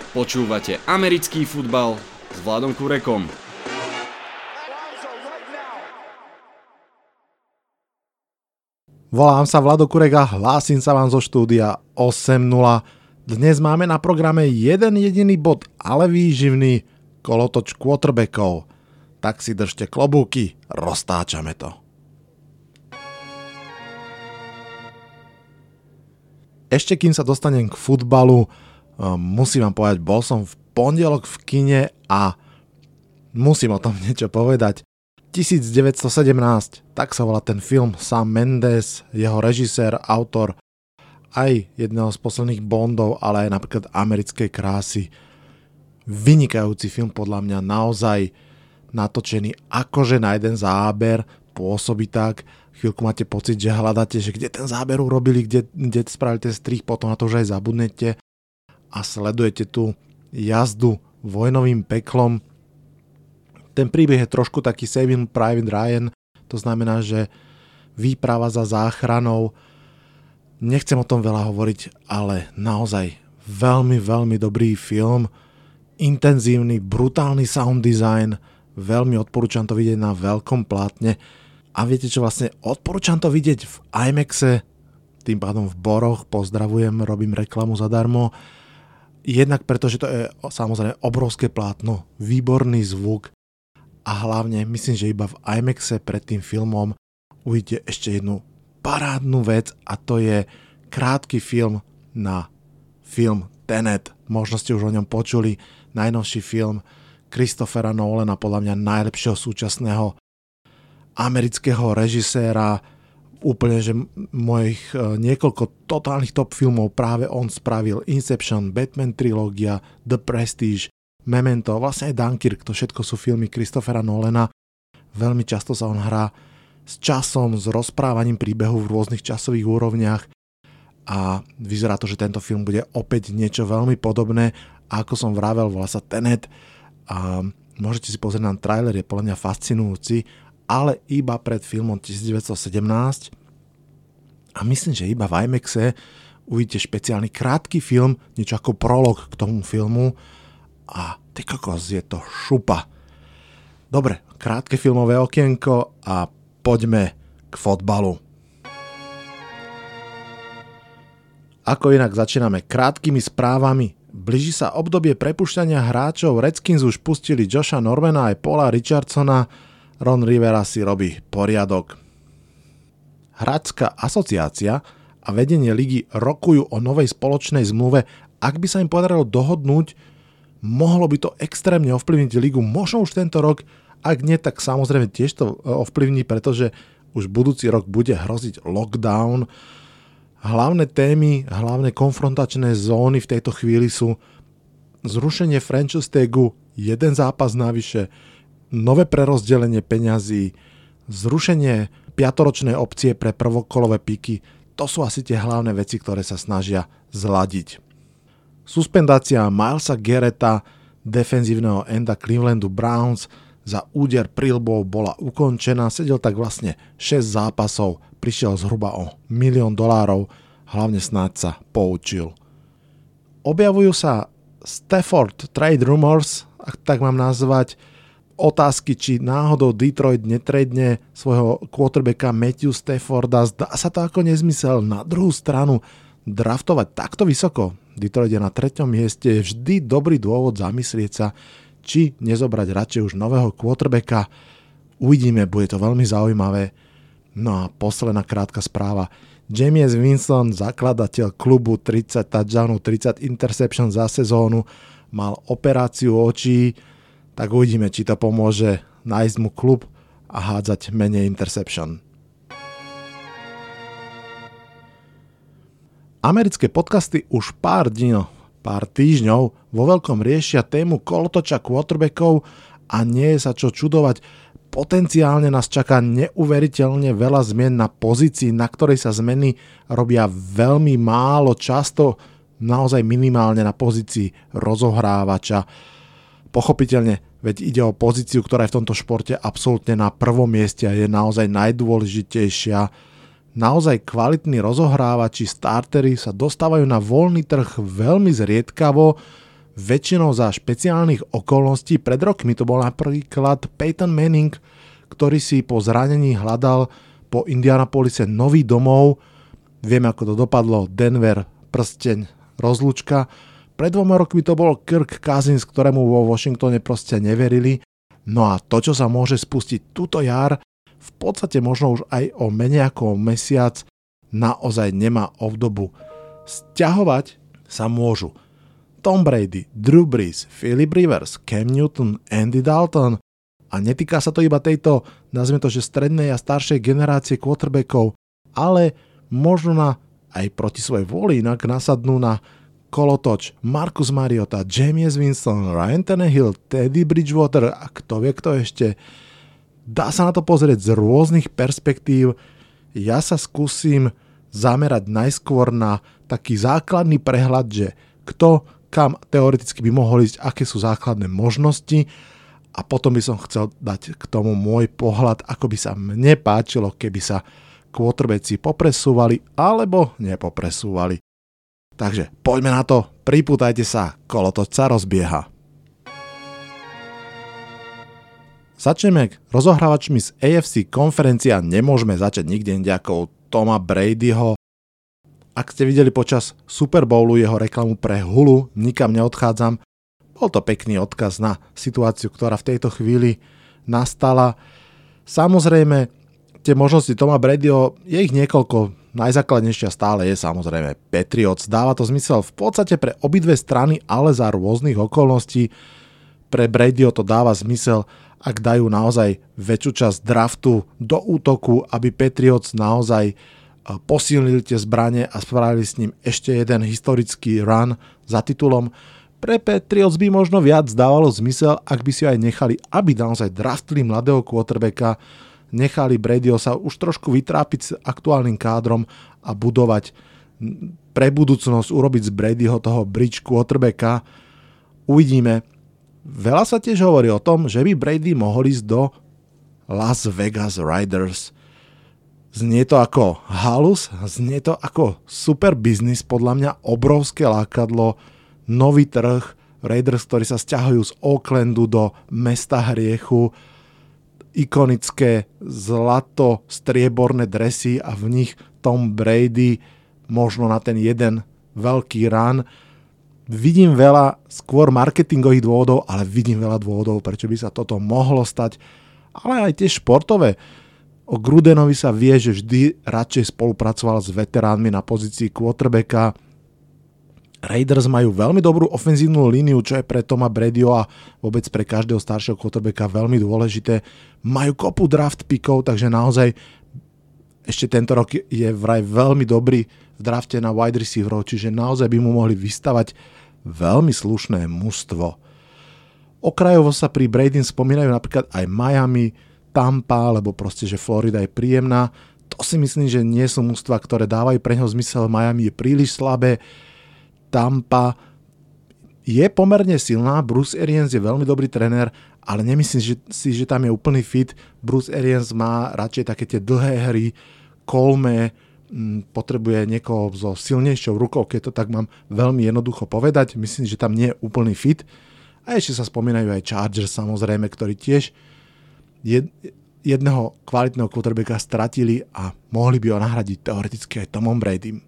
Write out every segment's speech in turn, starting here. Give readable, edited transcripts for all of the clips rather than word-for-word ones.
Počúvate americký futbal s Vladom Kurekom. Volám sa Vlado Kurek a hlásim sa vám zo štúdia 8.0. Dnes máme na programe jeden jediný bod, ale výživný, kolotoč quarterbackov. Tak si držte klobúky, roztáčame to. Ešte kým sa dostanem k futbalu, musím vám povedať, bol som v pondelok v kine a musím o tom niečo povedať. 1917, tak sa volá ten film, Sam Mendes, jeho režisér, autor aj jedného z posledných Bondov, ale aj napríklad Americkej krásy. Vynikajúci film, podľa mňa naozaj natočený akože na jeden záber, pôsobí tak, chvíľku máte pocit, že hľadáte, že kde ten záber urobili, kde spravili ten strih, potom na to už aj zabudnete a sledujete tú jazdu vojnovým peklom. Ten príbeh je trošku taký Saving Private Ryan, to znamená, že výprava za záchranou. Nechcem o tom veľa hovoriť, ale naozaj veľmi, veľmi dobrý film, intenzívny, brutálny sound design, veľmi odporúčam to vidieť na veľkom plátne. A viete čo, vlastne odporúčam to vidieť v IMAXe, tým pádom v Boroch, pozdravujem, robím reklamu zadarmo. Jednak preto, že to je samozrejme obrovské plátno, výborný zvuk a hlavne myslím, že iba v IMAXe pred tým filmom uvidíte ešte jednu parádnu vec a to je krátky film na film Tenet. Možno ste už o ňom počuli, najnovší film Christophera Nolana, podľa mňa najlepšieho súčasného amerického režiséra. Úplne, že mojich niekoľko totálnych top filmov práve on spravil. Inception, Batman trilógia, The Prestige, Memento, vlastne aj Dunkirk, to všetko sú filmy Christophera Nolana. Veľmi často sa on hrá s časom, s rozprávaním príbehu v rôznych časových úrovniach a vyzerá to, že tento film bude opäť niečo veľmi podobné. A ako som vravel, volá sa Tenet a môžete si pozrieť na trailer, je podľa mňa fascinujúci, ale iba pred filmom 1917 a myslím, že iba v IMAXe uvidíte špeciálny krátky film, niečo ako prolog k tomu filmu a ty kokos, je to šupa. Dobre, krátke filmové okienko a poďme k fotbalu. Ako inak začíname krátkými správami. Blíži sa obdobie prepušťania hráčov, Redskins už pustili Josha Normana aj Paula Richardsona, Ron Rivera si robí poriadok. Hráčska asociácia a vedenie ligy rokujú o novej spoločnej zmluve. Ak by sa im podarilo dohodnúť, mohlo by to extrémne ovplyvniť ligu, možno už tento rok, ak nie, tak samozrejme tiež to ovplyvní, pretože už budúci rok bude hroziť lockdown. Hlavné témy, hlavné konfrontačné zóny v tejto chvíli sú zrušenie franchise tagu, jeden zápas navyše, nové prerozdelenie peňazí, zrušenie 5-ročnej opcie pre prvokolové piky. To sú asi tie hlavné veci, ktoré sa snažia zladiť. Suspendácia Milesa Garretta, defenzívneho enda Clevelandu Browns, za úder prilbou bola ukončená. Sedel tak vlastne 6 zápasov, prišiel zhruba o $1 milión, hlavne snáď sa poučil. Objavujú sa Stafford trade rumors, ak tak mám nazvať, otázky, či náhodou Detroit netradne svojho quarterbacka Matthew Stafforda. Zdá sa to ako nezmysel. Na druhú stranu draftovať takto vysoko, Detroit je na 3. mieste, je vždy dobrý dôvod zamyslieť sa, či nezobrať radšej už nového quarterbacka. Uvidíme, bude to veľmi zaujímavé. No a posledná krátka správa. Jameis Winston, zakladateľ klubu, 30 touchdownov, 30 interception za sezónu, mal operáciu očí, tak uvidíme, či to pomôže nájsť mu klub a hádzať menej interception. Americké podcasty už pár týždňov vo veľkom riešia tému kolotoča quarterbackov a nie je sa čo čudovať. Potenciálne nás čaká neuveriteľne veľa zmien na pozícii, na ktorej sa zmeny robia veľmi málo, často naozaj minimálne na pozícii rozohrávača. Pochopiteľne, veď ide o pozíciu, ktorá je v tomto športe absolútne na prvom mieste a je naozaj najdôležitejšia. Naozaj kvalitní rozohrávači, starteri sa dostávajú na voľný trh veľmi zriedkavo. väčšinou za špeciálnych okolností. Pred rokmi to bol napríklad Peyton Manning, ktorý si po zranení hľadal po Indianapolise nový domov. Vieme, ako to dopadlo. Denver, prsteň, rozlúčka. Pred 2 rokmi to bol Kirk Cousins, ktorému vo Washingtone proste neverili. No a to, čo sa môže spustiť túto jar, v podstate možno už aj o menej ako mesiac, naozaj nemá obdobu. Sťahovať sa môžu Tom Brady, Drew Brees, Philip Rivers, Cam Newton, Andy Dalton. A netýka sa to iba tejto, nazvime to, že strednej a staršej generácie quarterbackov, ale možno aj proti svojej vôli inak nasadnú na kolotoč Marcus Mariota, Jameis Winston, Ryan Tannehill, Teddy Bridgewater a kto vie kto ešte. Dá sa na to pozrieť z rôznych perspektív. Ja sa skúsim zamerať najskôr na taký základný prehľad, že kto kam teoreticky by mohol ísť, aké sú základné možnosti a potom by som chcel dať k tomu môj pohľad, ako by sa mne páčilo, keby sa quarterbacki popresúvali alebo nepopresúvali. Takže poďme na to, pripútajte sa, kolotoč sa rozbieha. Začneme rozohrávačmi z AFC konferencia, nemôžeme začať nikde inde ako Toma Bradyho. Ak ste videli počas Super Bowlu jeho reklamu pre Hulu, nikam neodchádzam, bol to pekný odkaz na situáciu, ktorá v tejto chvíli nastala. Samozrejme, tie možnosti Toma Bradyho, je ich niekoľko, najzákladnejšia stále je samozrejme Patriots. Dáva to zmysel v podstate pre obidve strany, ale za rôznych okolností. Pre Bradyho to dáva zmysel, ak dajú naozaj väčšiu časť draftu do útoku, aby Patriots naozaj posilnili tie zbrane a spravili s ním ešte jeden historický run za titulom. Pre Patriots by možno viac dávalo zmysel, ak by si aj nechali, aby naozaj draftli mladého quarterbacka, nechali Bradyho sa už trošku vytrápiť s aktuálnym kádrom a budovať pre budúcnosť, urobiť z Bradyho toho bridge quarterbacka. Uvidíme. Veľa sa tiež hovorí o tom, že by Brady mohol ísť do Las Vegas Raiders. Znie to ako halus, znie to ako super biznis, podľa mňa obrovské lákadlo, nový trh, Raiders, ktorí sa sťahujú z Oaklandu do mesta hriechu, ikonické zlato-strieborné dresy a v nich Tom Brady, možno na ten jeden veľký run. Vidím veľa skôr marketingových dôvodov, ale vidím veľa dôvodov, prečo by sa toto mohlo stať, ale aj tie športové. O Grudenovi sa vie, že vždy radšej spolupracoval s veteránmi na pozícii quarterbacka. Raiders majú veľmi dobrú ofenzívnu líniu, čo je pre Toma Bradyho a vôbec pre každého staršieho quarterbacka veľmi dôležité. Majú kopu draft pickov, takže naozaj ešte tento rok je vraj veľmi dobrý v drafte na wide receiverov, čiže naozaj by mu mohli vystavať veľmi slušné mužstvo. Okrajovo sa pri Bradym spomínajú napríklad aj Miami, Tampa, alebo proste, že Florida je príjemná. To si myslím, že nie sú mužstva, ktoré dávajú pre neho zmysel. Miami je príliš slabé. Tampa je pomerne silná, Bruce Arians je veľmi dobrý tréner, ale nemyslím si, že tam je úplný fit. Bruce Arians má radšej také tie dlhé hry, kolmé, potrebuje niekoho so silnejšou rukou, keď to tak mám veľmi jednoducho povedať. Myslím, že tam nie je úplný fit. A ešte sa spomínajú aj Chargers, samozrejme, ktorí tiež jedného kvalitného quarterbacka stratili a mohli by ho nahradiť teoreticky aj Tomom Bradym.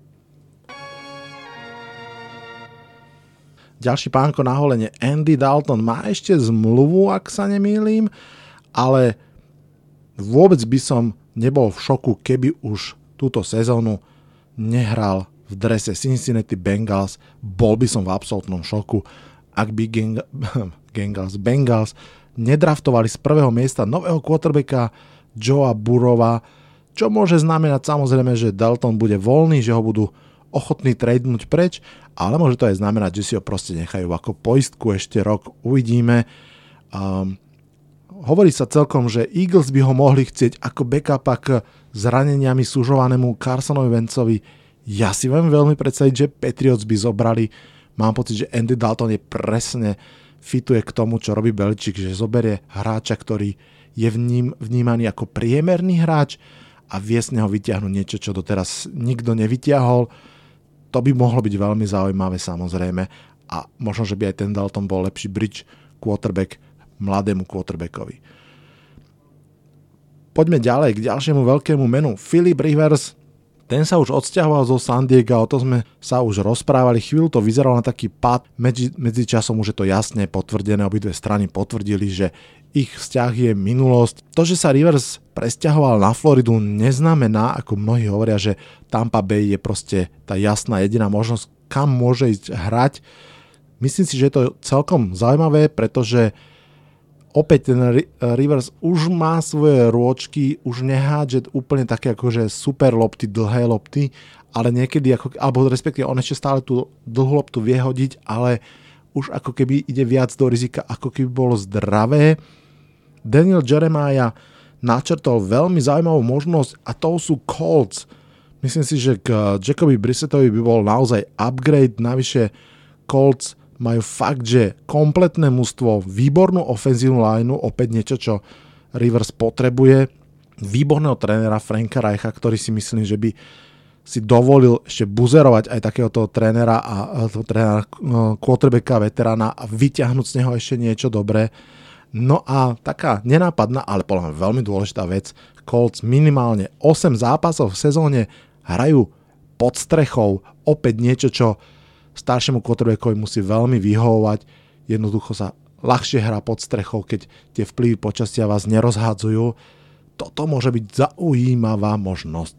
Ďalší pánko na holenie, Andy Dalton, má ešte zmluvu, ak sa nemýlim, ale vôbec by som nebol v šoku, keby už túto sezónu nehral v drese Cincinnati Bengals. Bol by som v absolútnom šoku, ak by Bengals nedraftovali z prvého miesta nového quarterbacka Joea Burrowa, čo môže znamenať samozrejme, že Dalton bude voľný, že ho budú ochotní tradenúť preč, ale môže to aj znamenať, že si ho proste nechajú ako poistku ešte rok, uvidíme. Hovorí sa celkom, že Eagles by ho mohli chcieť ako backupa k zraneniami súžovanému Carsonovi Wentzovi. Ja si viem veľmi predstaviť, že Patriots by zobrali. Mám pocit, že Andy Dalton je presne fituje k tomu, čo robí Belichick, že zoberie hráča, ktorý je vnímaný ako priemerný hráč a vie z neho vyťahnuť niečo, čo doteraz nikto nevyťahol. To by mohlo byť veľmi zaujímavé samozrejme, a možno, že by aj ten Dalton bol lepší bridge quarterback mladému quarterbackovi. Poďme ďalej k ďalšiemu veľkému menu. Philip Rivers, ten sa už odsťahoval zo San Diega, o to sme sa už rozprávali, chvíľu to vyzeralo na taký pád, medzi časom už je to jasne potvrdené, obidve strany potvrdili, že ich vzťah je minulosť. To, že sa Rivers presťahoval na Floridu, neznamená, ako mnohí hovoria, že Tampa Bay je proste tá jasná jediná možnosť, kam môže ísť hrať. Myslím si, že je to celkom zaujímavé, pretože opäť ten Rivers už má svoje rôčky, už nehádže úplne také akože super lopty, dlhé lopty, ale niekedy, alebo respektíve on ešte stále tú dlhú loptu vie hodiť, ale už ako keby ide viac do rizika, ako keby bolo zdravé. Daniel Jeremiah načrtol veľmi zaujímavú možnosť a to sú Colts. Myslím si, že k Jacoby Brissettovi by bol naozaj upgrade, navyše Colts majú fakt, že kompletné mužstvo, výbornú ofenzívnu lineu, opäť niečo, čo Rivers potrebuje, výborného trénera Franka Reicha, ktorý si myslím, že by si dovolil ešte buzerovať aj takéhoto trénera a trénera quarterbacka, veterána a vyťahnuť z neho ešte niečo dobré. No a taká nenápadná, ale podľa mňa veľmi dôležitá vec, Colts minimálne 8 zápasov v sezóne hrajú pod strechou, opäť niečo, čo staršiemu quarterbackovi musí veľmi vyhovovať, jednoducho sa ľahšie hrá pod strechou, keď tie vplyvy počasia vás nerozhádzajú. Toto môže byť zaujímavá možnosť.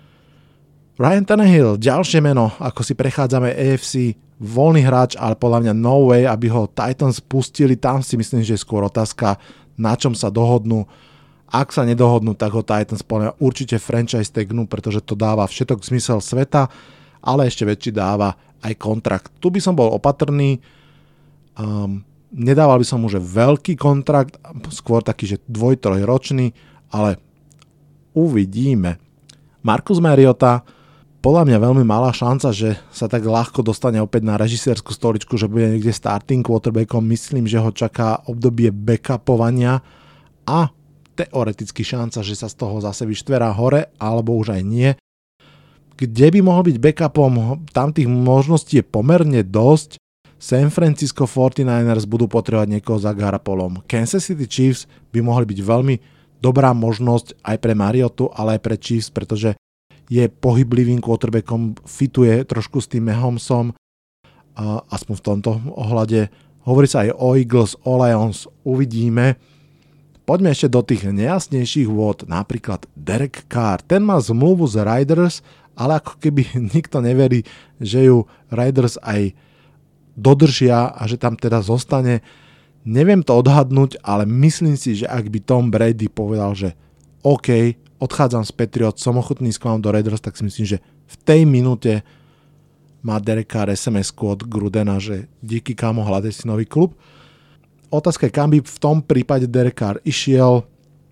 Ryan Tannehill, ďalšie meno, ako si prechádzame AFC, voľný hráč, ale podľa mňa no way, aby ho Titans pustili, tam si myslím, že je skôr otázka, na čom sa dohodnú. Ak sa nedohodnú, tak ho Titans podľa mňa určite franchise tagnú, pretože to dáva všetok zmysel sveta, ale ešte väčší dáva aj kontrakt. Tu by som bol opatrný, nedával by som mu, že veľký kontrakt, skôr taký, že 2-3 ročný, ale uvidíme. Marcus Mariota, podľa mňa veľmi malá šanca, že sa tak ľahko dostane opäť na režisérskú stoličku, že bude niekde starting quarterbackom. Myslím, že ho čaká obdobie backupovania a teoreticky šanca, že sa z toho zase vyštverá hore, alebo už aj nie. Kde by mohol byť backupom, tam tých možností je pomerne dosť. San Francisco 49ers budú potrebovať niekoho za Garoppolom. Kansas City Chiefs by mohli byť veľmi dobrá možnosť aj pre Mariotu, ale aj pre Chiefs, pretože je pohyblivým quarterbackom, fituje trošku s tým Mahomesom, aspoň v tomto ohľade. Hovorí sa aj o Eagles, o Lions, uvidíme. Poďme ešte do tých nejasnejších vôd, napríklad Derek Carr. Ten má zmluvu z Raiders, ale ako keby nikto neverí, že ju Raiders aj dodržia a že tam teda zostane. Neviem to odhadnúť, ale myslím si, že ak by Tom Brady povedal, že OK, odchádzam z Patriots, som ochotný ísť k vám do Raiders, tak si myslím, že v tej minúte má Derek Carr SMS-ku od Grudena, že díky kámo, hľadaj si nový klub. Otázka je, kam by v tom prípade Derek Carr išiel.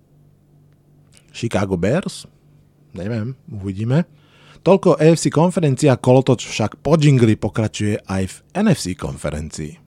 Chicago Bears? Neviem, uvidíme. Toľko AFC konferencia, kolotoč však po džingli pokračuje aj v NFC konferencii.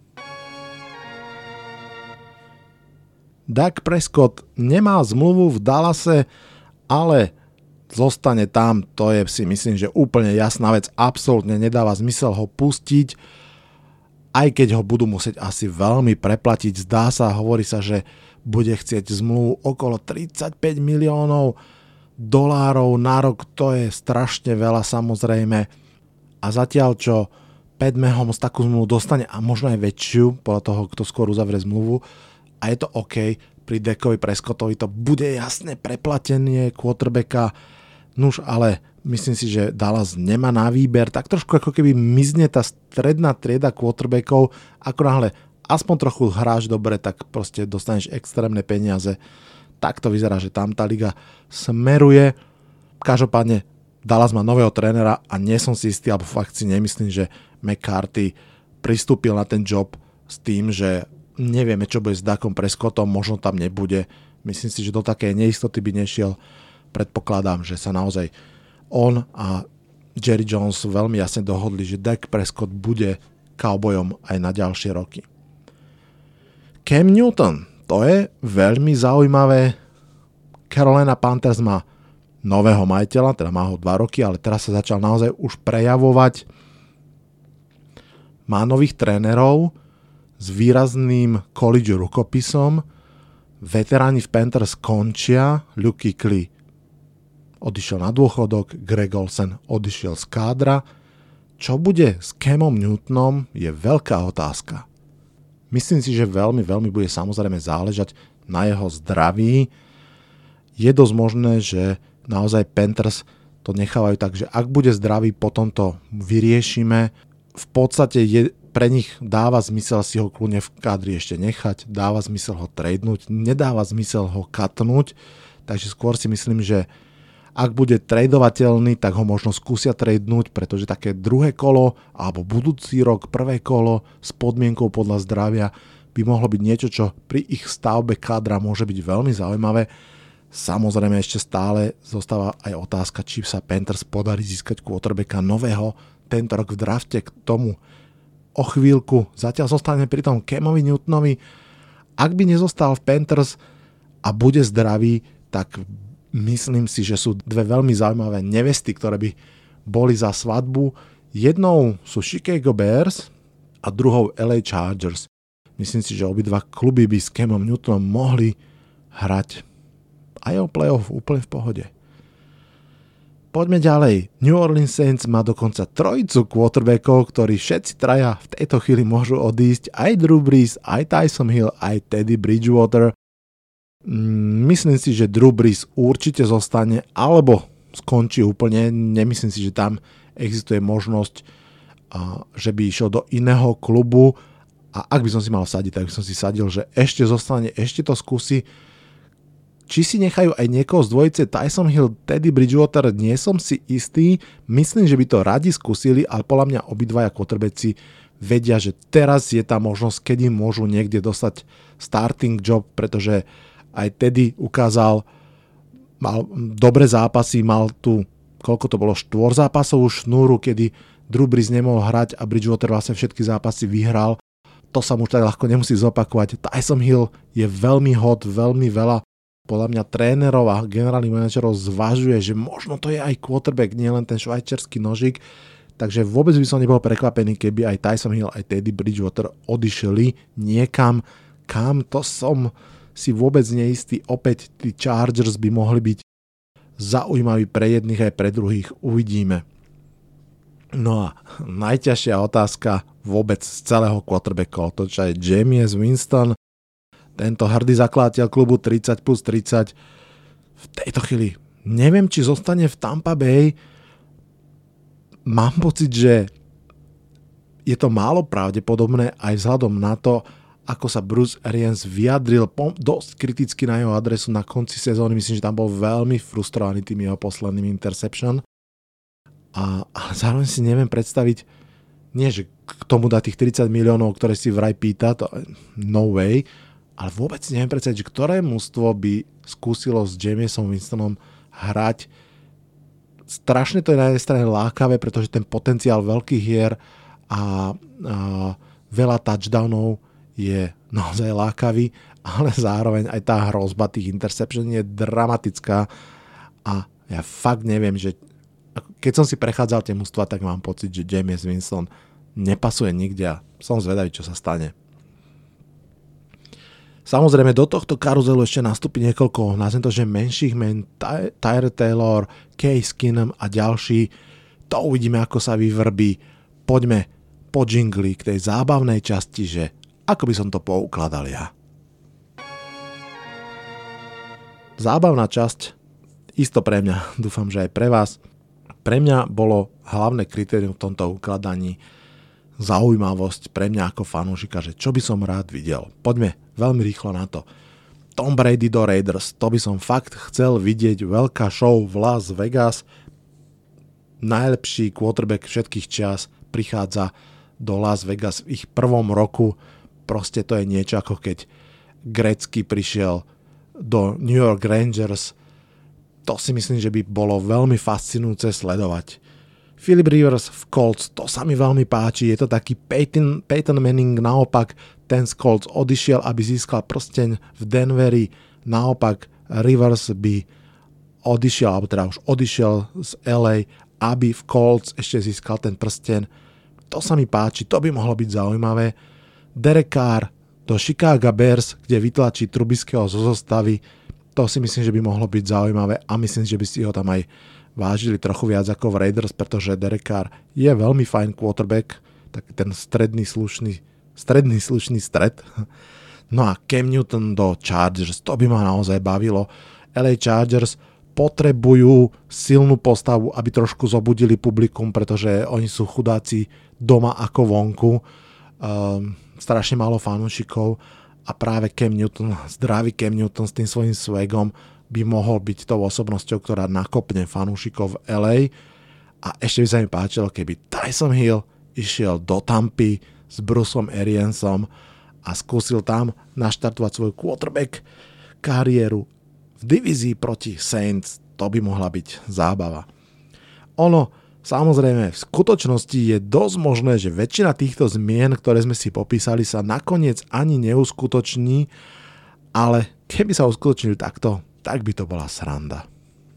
Dak Prescott nemá zmluvu v Dallase, ale zostane tam, to je si myslím, že úplne jasná vec, absolútne nedáva zmysel ho pustiť, aj keď ho budú musieť asi veľmi preplatiť, zdá sa, hovorí sa, že bude chcieť zmluvu okolo $35 miliónov na rok, to je strašne veľa samozrejme, a zatiaľ čo Pat Mahomes takú zmluvu dostane a možno aj väčšiu, podľa toho, kto skôr uzavrie zmluvu, a je to OK, pri Dakovi Prescottovi to bude jasné preplatenie quarterbacka, nuž, ale myslím si, že Dallas nemá na výber, tak trošku ako keby mizne tá stredná trieda quarterbackov, ako náhle aspoň trochu hráš dobre, tak proste dostaneš extrémne peniaze. Tak to vyzerá, že tam tá liga smeruje. Každopádne Dallas má nového trénera a nie som si istý, alebo fakt si nemyslím, že McCarthy pristúpil na ten job s tým, že nevieme, čo bude s Dakom Prescottom, možno tam nebude. Myslím si, že do takej neistoty by nešiel. Predpokladám, že sa naozaj on a Jerry Jones veľmi jasne dohodli, že Dak Prescott bude cowboyom aj na ďalšie roky. Cam Newton, to je veľmi zaujímavé. Carolina Panthers má nového majiteľa, teda má ho 2 roky, ale teraz sa začal naozaj už prejavovať. má nových trénerov s výrazným college rukopisom, veteráni v Panthers končia, Luke Kuechly odišiel na dôchodok, Greg Olsen odišiel z kádra. Čo bude s Camom Newtonom je veľká otázka. Myslím si, že veľmi bude samozrejme záležať na jeho zdraví. Je dosť možné, že naozaj Panthers to nechávajú tak, že ak bude zdravý, potom to vyriešime. V podstate pre nich dáva zmysel si ho kľudne v kádri ešte nechať, dáva zmysel ho tradenúť, nedáva zmysel ho katnúť, takže skôr si myslím, že ak bude tradovateľný, tak ho možno skúsia tradenúť, pretože také druhé kolo alebo budúci rok prvé kolo s podmienkou podľa zdravia by mohlo byť niečo, čo pri ich stavbe kádra môže byť veľmi zaujímavé. Samozrejme ešte stále zostáva aj otázka, či sa Panthers podarí získať quarterbacka nového tento rok v drafte. K tomu o chvíľku. Zatiaľ zostane pri tom Camovi Newtonovi. Ak by nezostal v Panthers a bude zdravý, tak myslím si, že sú dve veľmi zaujímavé nevesty, ktoré by boli za svadbu. Jednou sú Chicago Bears a druhou LA Chargers. Myslím si, že obidva kluby by s Camom Newtonom mohli hrať aj o playoff úplne v pohode. Poďme ďalej. New Orleans Saints má dokonca trojicu quarterbackov, ktorí všetci traja v tejto chvíli môžu odísť. Aj Drew Brees, aj Taysom Hill, aj Teddy Bridgewater. Myslím si, že Drew Brees určite zostane, alebo skončí úplne. Nemyslím si, že tam existuje možnosť, že by išiel do iného klubu. A ak by som si mal vsadiť, tak by som si sadil, že ešte zostane, ešte to skúsi. Či si nechajú aj niekoho z dvojice Taysom Hill, Teddy Bridgewater, nie som si istý. Myslím, že by to radi skúsili, ale podľa mňa obidvaja quarterbacki vedia, že teraz je tá možnosť, kedy môžu niekde dostať starting job, pretože aj Teddy ukázal, mal dobré zápasy, mal tu, koľko to bolo, 4-zápasovú šnúru, kedy Drew Brees nemohol hrať a Bridgewater vlastne všetky zápasy vyhral. To sa mu už tak ľahko nemusí zopakovať. Taysom Hill je veľmi hot, veľmi veľa podľa mňa trénerov a generálnych manažerov zvažuje, že možno to je aj quarterback, nie len ten švajčiarsky nožík. Takže vôbec by som nebol prekvapený, keby aj Taysom Hill, aj Teddy Bridgewater odišli niekam, kam to som si vôbec neistý. Opäť tí Chargers by mohli byť zaujímaví pre jedných aj pre druhých. Uvidíme. No a najťažšia otázka vôbec z celého quarterbacka, to čo je Jameis Winston, tento hrdý zakladateľ klubu 30+30. V tejto chvíli neviem, či zostane v Tampa Bay. Mám pocit, že je to málo pravdepodobné aj vzhľadom na to, ako sa Bruce Arians vyjadril dosť kriticky na jeho adresu na konci sezóny. Myslím, že tam bol veľmi frustrovaný tým jeho posledným interception. Ale zároveň si neviem predstaviť, nie že k tomu dá tých 30 miliónov, ktoré si vraj pýta, to no way, ale vôbec neviem predstaviť, že ktoré mužstvo by skúsilo s Jamesom Winstonom hrať. Strašne to je na jednej strane lákavé, pretože ten potenciál veľkých hier a veľa touchdownov je naozaj lákavý, ale zároveň aj tá hrozba tých interception je dramatická a ja fakt neviem, že keď som si prechádzal tie mužstva, tak mám pocit, že Jameis Winston nepasuje nikde a som zvedavý, čo sa stane. Samozrejme, do tohto karuzelu ešte nastúpi niekoľko, nazvem to, že menších men, Tyrod Taylor, Case Keenum a ďalší. To uvidíme, ako sa vyvrbí. Poďme po džingli k tej zábavnej časti, že ako by som to poukladal ja. Zábavná časť, isto pre mňa, dúfam, že aj pre vás. Pre mňa bolo hlavné kritérium v tomto ukladaní zaujímavosť pre mňa ako fanúšika, že čo by som rád videl. Poďme veľmi rýchlo na to. Tom Brady do Raiders, to by som fakt chcel vidieť, veľká show v Las Vegas. Najlepší quarterback všetkých čias prichádza do Las Vegas v ich prvom roku. Proste to je niečo ako keď Gretzky prišiel do New York Rangers. To si myslím, že by bolo veľmi fascinujúce sledovať. Philip Rivers v Colts, to sa mi veľmi páči, je to taký Peyton Manning, naopak ten z Colts odišiel, aby získal prsteň v Denveri, naopak Rivers by odišiel, alebo teda už odišiel z LA, aby v Colts ešte získal ten prsteň. to sa mi páči, to by mohlo byť zaujímavé. Derek Carr do Chicago Bears, kde vytlačí Trubiskyho zo zostavy, to si myslím, že by mohlo byť zaujímavé a myslím, že by si ho tam aj vážili trochu viac ako v Raiders, pretože Derek Carr je veľmi fajn quarterback, tak ten stredný slušný stred. No a Cam Newton do Chargers, to by ma naozaj bavilo. LA Chargers potrebujú silnú postavu, aby trošku zobudili publikum, pretože oni sú chudáci doma ako vonku. Strašne málo fanúšikov a práve Cam Newton, zdravý Cam Newton s tým svojím swagom by mohol byť tou osobnosťou, ktorá nakopne fanúšikov v LA. A ešte by sa mi páčilo, keby Tyson Hill išiel do Tampy s Bruceom Ariansom a skúsil tam naštartovať svoju quarterback kariéru v divízii proti Saints. To by mohla byť zábava. Samozrejme, v skutočnosti je dosť možné, že väčšina týchto zmien, ktoré sme si popísali, sa nakoniec ani neuskutoční, ale keby sa uskutočnili takto, tak by to bola sranda.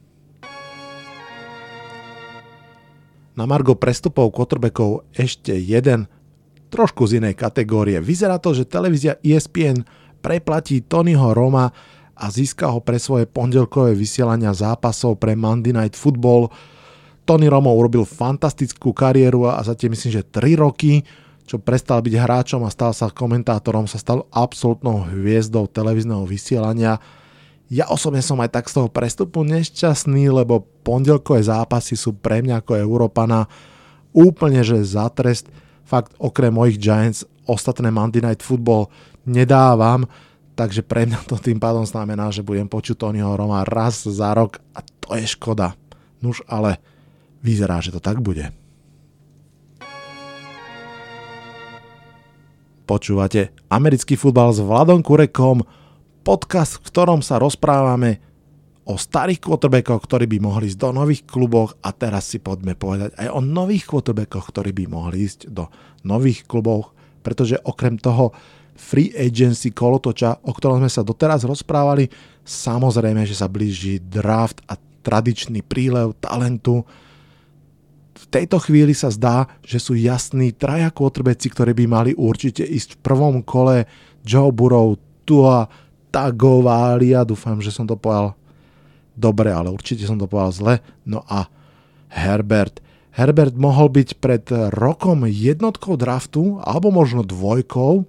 Na margo prestupov quarterbackov ešte jeden, trošku z inej kategórie. Vyzerá to, že televízia ESPN preplatí Tonyho Roma a získa ho pre svoje pondelkové vysielania zápasov pre Monday Night Football. Tony Romo urobil fantastickú kariéru a za tie myslím, že 3 roky, čo prestal byť hráčom a stal sa komentátorom, sa stal absolútnou hviezdou televízneho vysielania. Ja osobne som aj tak z toho prestupu nešťastný, lebo pondelkové zápasy sú pre mňa ako Európana úplne že za trest. Fakt okrem mojich Giants ostatné Monday Night Football nedávam, takže pre mňa to tým pádom znamená, že budem počuť Tonyho Roma raz za rok a to je škoda. Nuž ale vyzerá, že to tak bude. Počúvate Americký futbal s Vladom Kurekom, podcast, v ktorom sa rozprávame o starých quarterbackoch, ktorí by mohli ísť do nových klubov a teraz si poďme povedať aj o nových quarterbackoch, ktorí by mohli ísť do nových klubov, pretože okrem toho free agency kolotoča, o ktorom sme sa doteraz rozprávali, samozrejme, že sa blíži draft a tradičný prílev talentu. V tejto chvíli sa zdá, že sú jasní traja quarterbacki, ktorí by mali určite ísť v prvom kole: Joe Burrow, Tua Tagovailoa, dúfam, že som to povedal dobre, ale určite som to povedal zle. No a Herbert. Herbert mohol byť pred rokom jednotkou draftu, alebo možno dvojkou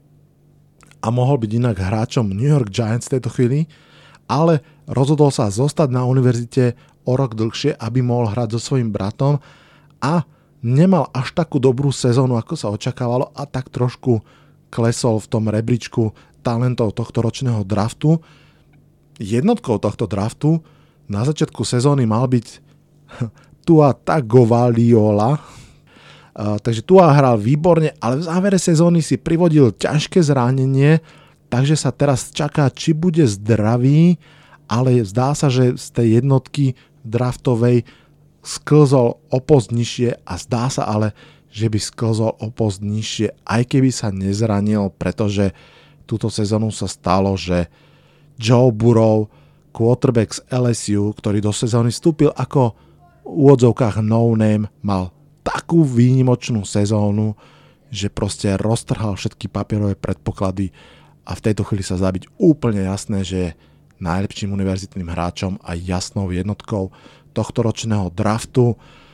a mohol byť inak hráčom New York Giants v tejto chvíli, ale rozhodol sa zostať na univerzite o rok dlhšie, aby mohol hrať so svojím bratom a nemal až takú dobrú sezónu, ako sa očakávalo a tak trošku klesol v tom rebríčku talentov tohto ročného draftu. Jednotkou tohto draftu na začiatku sezóny mal byť Tua Tagovailoa, takže Tua hral výborne, ale v závere sezóny si privodil ťažké zranenie, takže sa teraz čaká, či bude zdravý, ale zdá sa, že z tej jednotky draftovej sklzol o post nižšie a zdá sa ale, že by sklzol o post nižšie, aj keby sa nezranil, pretože túto sezónu sa stalo, že Joe Burrow, quarterback z LSU, ktorý do sezóny vstúpil ako v úvodzovkách no name, mal takú výnimočnú sezónu, že proste roztrhal všetky papierové predpoklady a v tejto chvíli sa zdá byť úplne jasné, že je najlepším univerzitným hráčom a jasnou jednotkou tohto ročného draftu.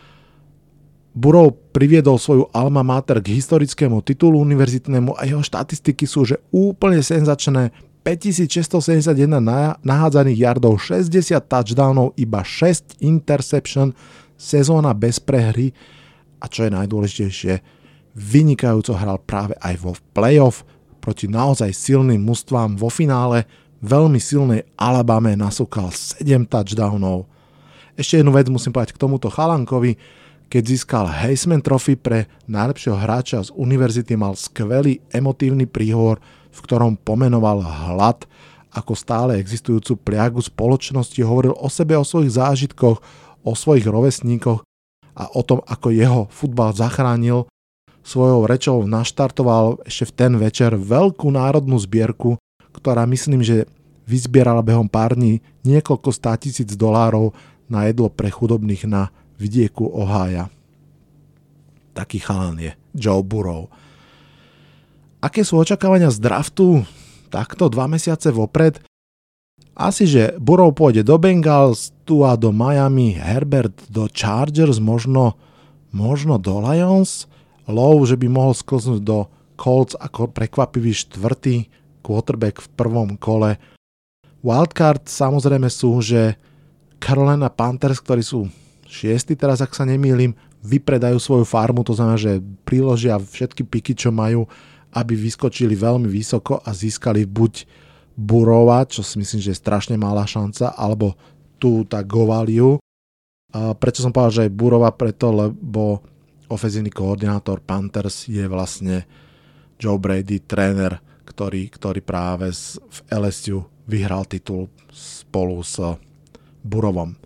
Burrow priviedol svoju alma mater k historickému titulu univerzitnému a jeho štatistiky sú že úplne senzačné. 5671 nahádzaných yardov, 60 touchdownov, iba 6 interception, sezóna bez prehry a čo je najdôležitejšie, vynikajúco hral práve aj vo playoff proti naozaj silným mužstvám. Vo finále veľmi silnej Alabame nasúkal 7 touchdownov. Ešte jednu vec musím povedať k tomuto chalankovi. Keď získal Heisman Trophy pre najlepšieho hráča z univerzity, mal skvelý emotívny príhovor, v ktorom pomenoval hlad ako stále existujúcu pliagu spoločnosti, hovoril o sebe, o svojich zážitkoch, o svojich rovesníkoch a o tom, ako jeho futbal zachránil. Svojou rečou naštartoval ešte v ten večer veľkú národnú zbierku, ktorá myslím, že vyzbierala behom pár dní niekoľko 100 000 dolárov na jedlo pre chudobných na vidieku Ohája. taký chalan je Joe Burrow. Aké sú očakávania z draftu? Takto 2 mesiace vopred? Asi, že Burrow pôjde do Bengals, Tua do Miami, Herbert do Chargers, možno do Lions, Lowe, že by mohol sklznúť do Colts ako prekvapivý 4. quarterback v prvom kole. Wildcard samozrejme sú, že Carolina Panthers, ktorí sú 6. teraz, ak sa nemýlim, vypredajú svoju farmu, to znamená, že priložia všetky piky, čo majú, aby vyskočili veľmi vysoko a získali buď Burrowa, čo si myslím, že je strašne malá šanca, alebo tú tak Govaliu. Prečo som povedal, že je Burrowa? Preto, lebo ofenzívny koordinátor Panthers je vlastne Joe Brady, tréner, ktorý práve v LSU vyhral titul spolu s Burrowom.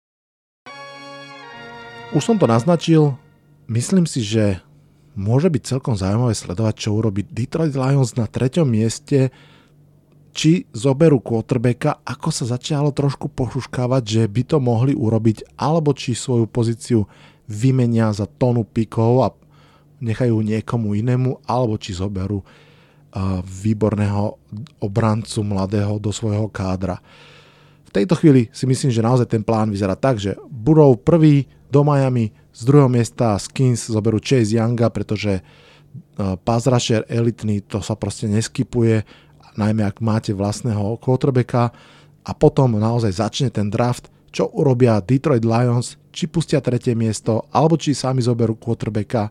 Už som to naznačil, myslím si, že môže byť celkom zaujímavé sledovať, čo urobí Detroit Lions na 3. mieste, či zoberú quarterbacka, ako sa začalo trošku pošuškávať, že by to mohli urobiť, alebo či svoju pozíciu vymenia za tonu pikov a nechajú niekomu inému, alebo či zoberú výborného obrancu mladého do svojho kádra. V tejto chvíli si myslím, že naozaj ten plán vyzerá tak, že Burrow prvý do Miami, z 2. miesta Skins zoberú Chase Younga, pretože pass rusher elitný, to sa proste neskipuje, najmä ak máte vlastného quarterbacka, a potom naozaj začne ten draft, čo urobia Detroit Lions, či pustia 3. miesto, alebo či sami zoberú quarterbacka,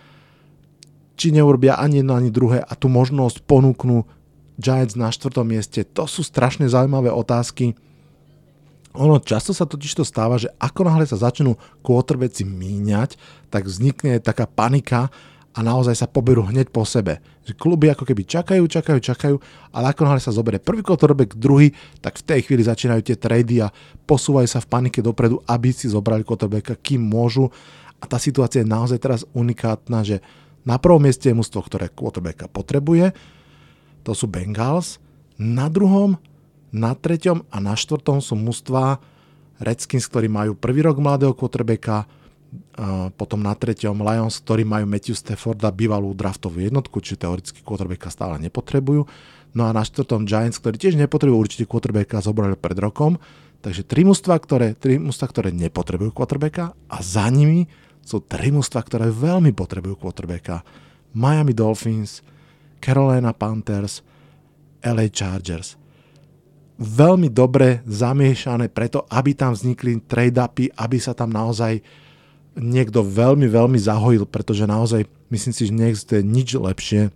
či neurobia ani jedno, ani druhé a tú možnosť ponúknú Giants na 4. mieste. To sú strašne zaujímavé otázky. Ono často sa totiž to stáva, že ako náhle sa začnú quarterbacki míňať, tak vznikne taká panika a naozaj sa poberú hneď po sebe. Že kluby ako keby čakajú, ale ako náhle sa zoberie prvý quarterback, druhý, tak v tej chvíli začínajú tie trady a posúvajú sa v panike dopredu, aby si zobrali quarterbacka, kým môžu. A tá situácia je naozaj teraz unikátna, že na prvom mieste je mužstvo, ktoré quarterbacka potrebuje, to sú Bengals, na druhom, na 3. a na 4. sú mužstvá Redskins, ktorí majú prvý rok mladého quarterbacka, potom na 3. Lions, ktorí majú Matthew Stafforda, bývalú draftovú jednotku, čiže teoreticky quarterbacka stále nepotrebujú. No a na 4. Giants, ktorí tiež nepotrebujú určite quarterbacka, zobrali pred rokom. Takže 3 mužstvá, ktoré nepotrebujú quarterbacka, a za nimi sú 3 mužstvá, ktoré veľmi potrebujú quarterbacka. Miami Dolphins, Carolina Panthers, LA Chargers. Veľmi dobre zamiešané preto, aby tam vznikli trade-upy, aby sa tam naozaj niekto veľmi, veľmi zahojil, pretože naozaj myslím si, že neexistuje nič lepšie,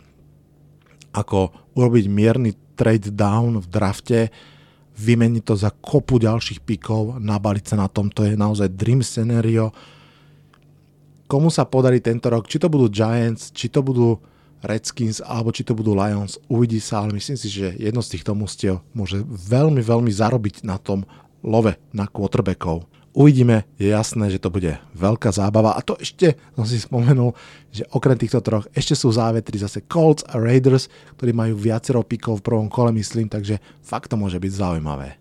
ako urobiť mierny trade down v drafte, vymeniť to za kopu ďalších pikov, nabaliť sa na tom, to je naozaj dream scenario. Komu sa podarí tento rok, či to budú Giants, či to budú Redskins, alebo či to budú Lions, uvidí sa, ale myslím si, že jedno z týchto mužstiev môže veľmi, veľmi zarobiť na tom love na quarterbackov. Uvidíme, je jasné, že to bude veľká zábava, a to ešte som si spomenul, že okrem týchto troch ešte sú závetri zase Colts a Raiders, ktorí majú viacero pikov v prvom kole, myslím, takže fakt to môže byť zaujímavé.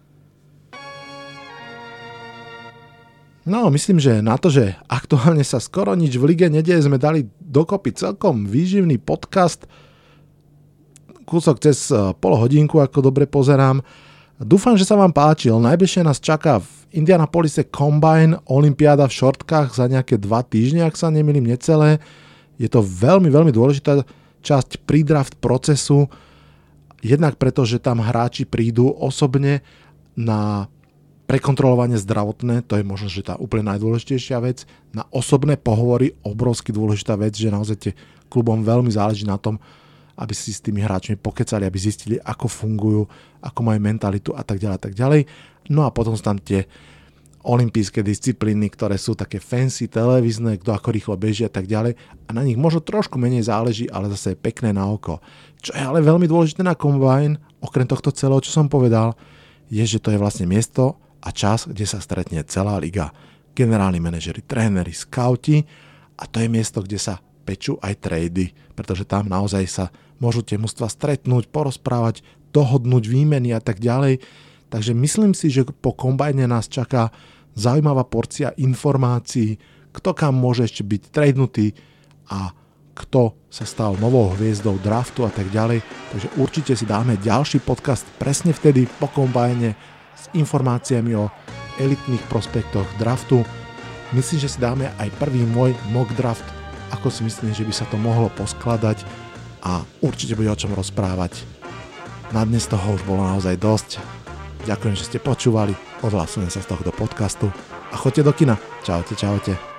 No, myslím, že na to, že aktuálne sa skoro nič v lige nedieje, sme dali dokopy celkom výživný podcast, kúsok cez pol hodinku, ako dobre pozerám. Dúfam, že sa vám páčil. Najbližšie nás čaká v Indianapolise Combine, olympiáda v šortkách za nejaké 2 týždne, ak sa nemýlim, necelé. Je to veľmi, veľmi dôležitá časť pre-draft procesu, jednak preto, že tam hráči prídu osobne na prekontrolovanie zdravotné, to je možno, že tá úplne najdôležitejšia vec, na osobné pohovory, obrovsky dôležitá vec, že naozaj tie klubom veľmi záleží na tom, aby si s tými hráčmi pokecali, aby zistili, ako fungujú, ako majú mentalitu a tak ďalej, tak ďalej. No a potom sú tam tie olympijské disciplíny, ktoré sú také fancy, televízne, kto ako rýchlo beží a tak ďalej. A na nich možno trošku menej záleží, ale zase je pekné na oko. Čo je ale veľmi dôležité na Combine, okrem tohto celého, čo som povedal, je, že to je vlastne miesto a čas, kde sa stretne celá liga. Generálni manažeri, tréneri, skauti, a to je miesto, kde sa pečú aj trady, pretože tam naozaj sa môžu tie mužstvá stretnúť, porozprávať, dohodnúť výmeny a tak ďalej. Takže myslím si, že po kombajne nás čaká zaujímavá porcia informácií, kto kam môže ešte byť tradenutý a kto sa stal novou hviezdou draftu a tak ďalej. Takže určite si dáme ďalší podcast presne vtedy po kombajne s informáciami o elitných prospektoch draftu. Myslím, že si dáme aj prvý môj mock draft, ako si myslím, že by sa to mohlo poskladať a určite bude o čom rozprávať. Na dnes toho už bolo naozaj dosť. Ďakujem, že ste počúvali, odhlasujem sa z tohto podcastu a choďte do kina. Čaute, čaute.